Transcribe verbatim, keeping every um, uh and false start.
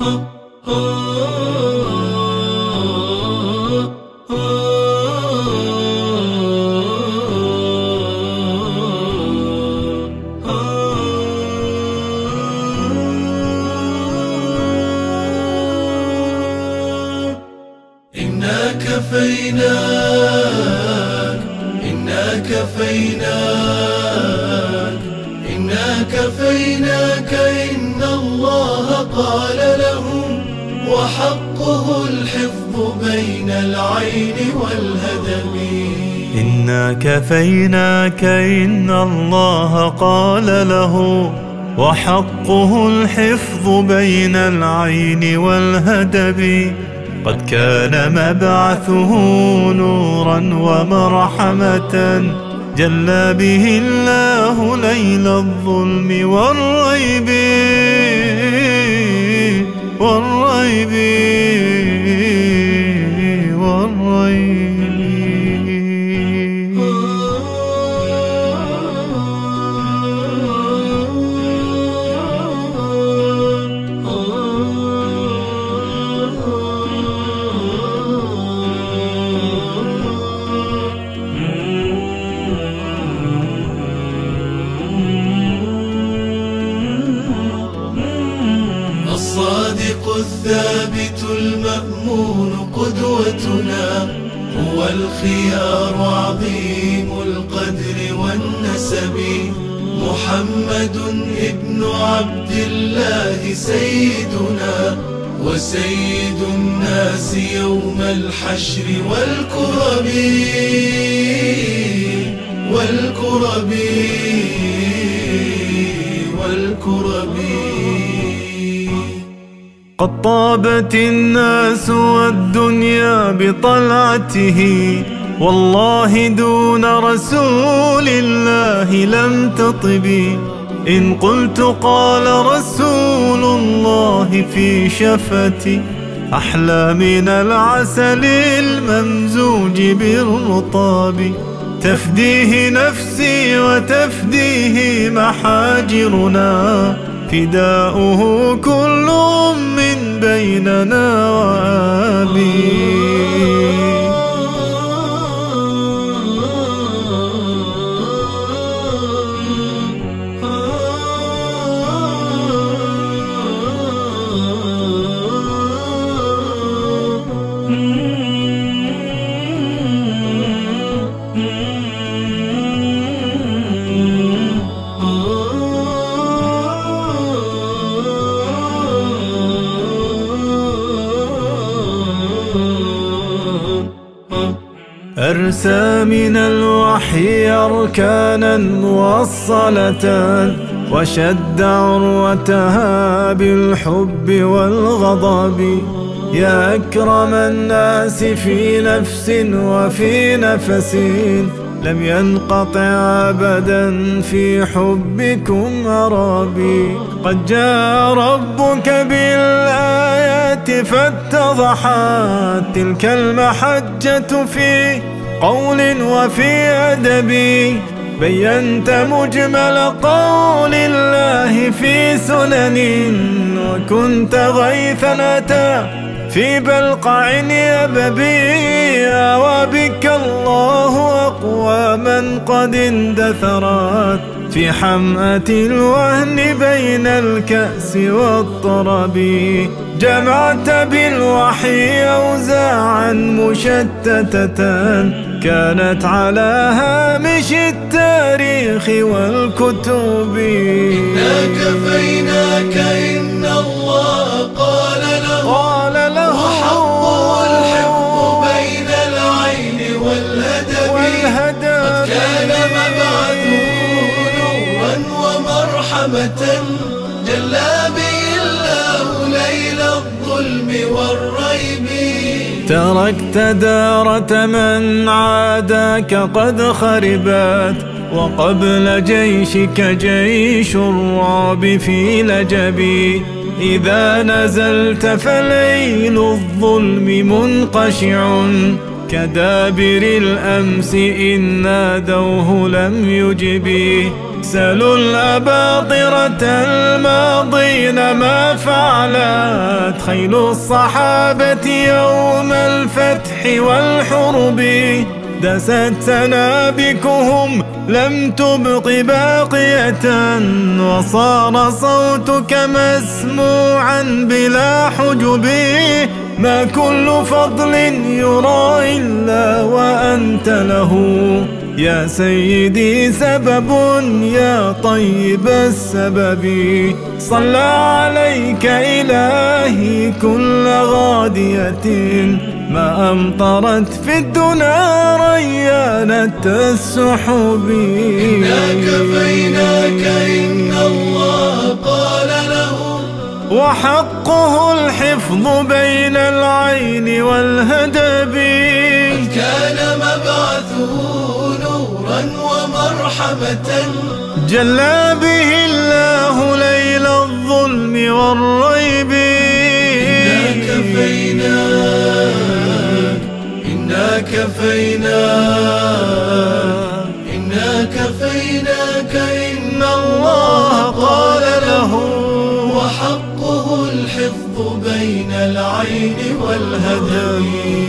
إنا كفيناك إنا كفيناك إنا كفيناك إن الله قال له وحقه الحفظ بين العين والهدم. إنا كفيناك إن الله قال له وحقه الحفظ بين العين والهدب. قد كان مبعثه نورا ومرحمة جلى به الله ليل الظلم والريب والريب والريب. الصادق الثابت المأمون قدوتنا هو الخيار عظيم القدر والنسب. محمد ابن عبد الله سيدنا وسيد الناس يوم الحشر والكرب والكرب والكرب. قد طابت الناس والدنيا بطلعته والله دون رسول الله لم تطبي. إن قلت قال رسول الله في شفتي أحلى من العسل الممزوج بالرطاب. تفديه نفسي وتفديه محاجرنا فداؤه كل أم بيننا وأبي. أرسى من الوحي أركانا موصلة وشد عروتها بالحب والغضب. يا أكرم الناس في نفس وفي نفس لم ينقطع أبدا في حبكم أرابي. قد جاء ربك بالآيات فاتضحت تلك المحجة في قول وفي أدب. بينت مجمل قول الله في سنن وكنت غيثا أتى في بلقع يببي. آوى بك الله أقواما قد اندثرت في حمأة الوهن بين الكأس والطرب. جمعت بالوحي أوزاعا مشتتة كانت على هامش التاريخ والكتب. إنا كفيناك إن الله قال له, قال له وحقه الحفظ بين العين والهدب, والهدب. قد كان مبعثه نورا ومرحمة جلى به الله ليل الظلم والريب. تركت دارة من عاداك قد خربت وقبل جيشك جيش الرعب في لجبي. إذا نزلت فليل الظلم منقشع كدابر الأمس إن نادوه لم يجبي. سلوا الأباطرة الماضين ما فعلت جاءت خيل الصحابة يوم الفتح والحرب، دست سنابكهم لم تبق باقية، وصار صوتك مسموعا بلا حجب. ما كل فضل يرى إلا وأنت له يا سيدي سبب يا طيب السبب. صلى عليك إلهي كل غادية، ما أمطرت في الدنا ريانة السحب. إنا كفيناك إن الله قال له، وحقه الحفظ بين العين والهدب. كان مبعثه نورا ومرحمة، جلى به الله ليل الظلم والريب. إنا كفيناك إنا كفيناك إنا كفيناك إن الله قال له، وحقه الحفظ بين العين والهدم.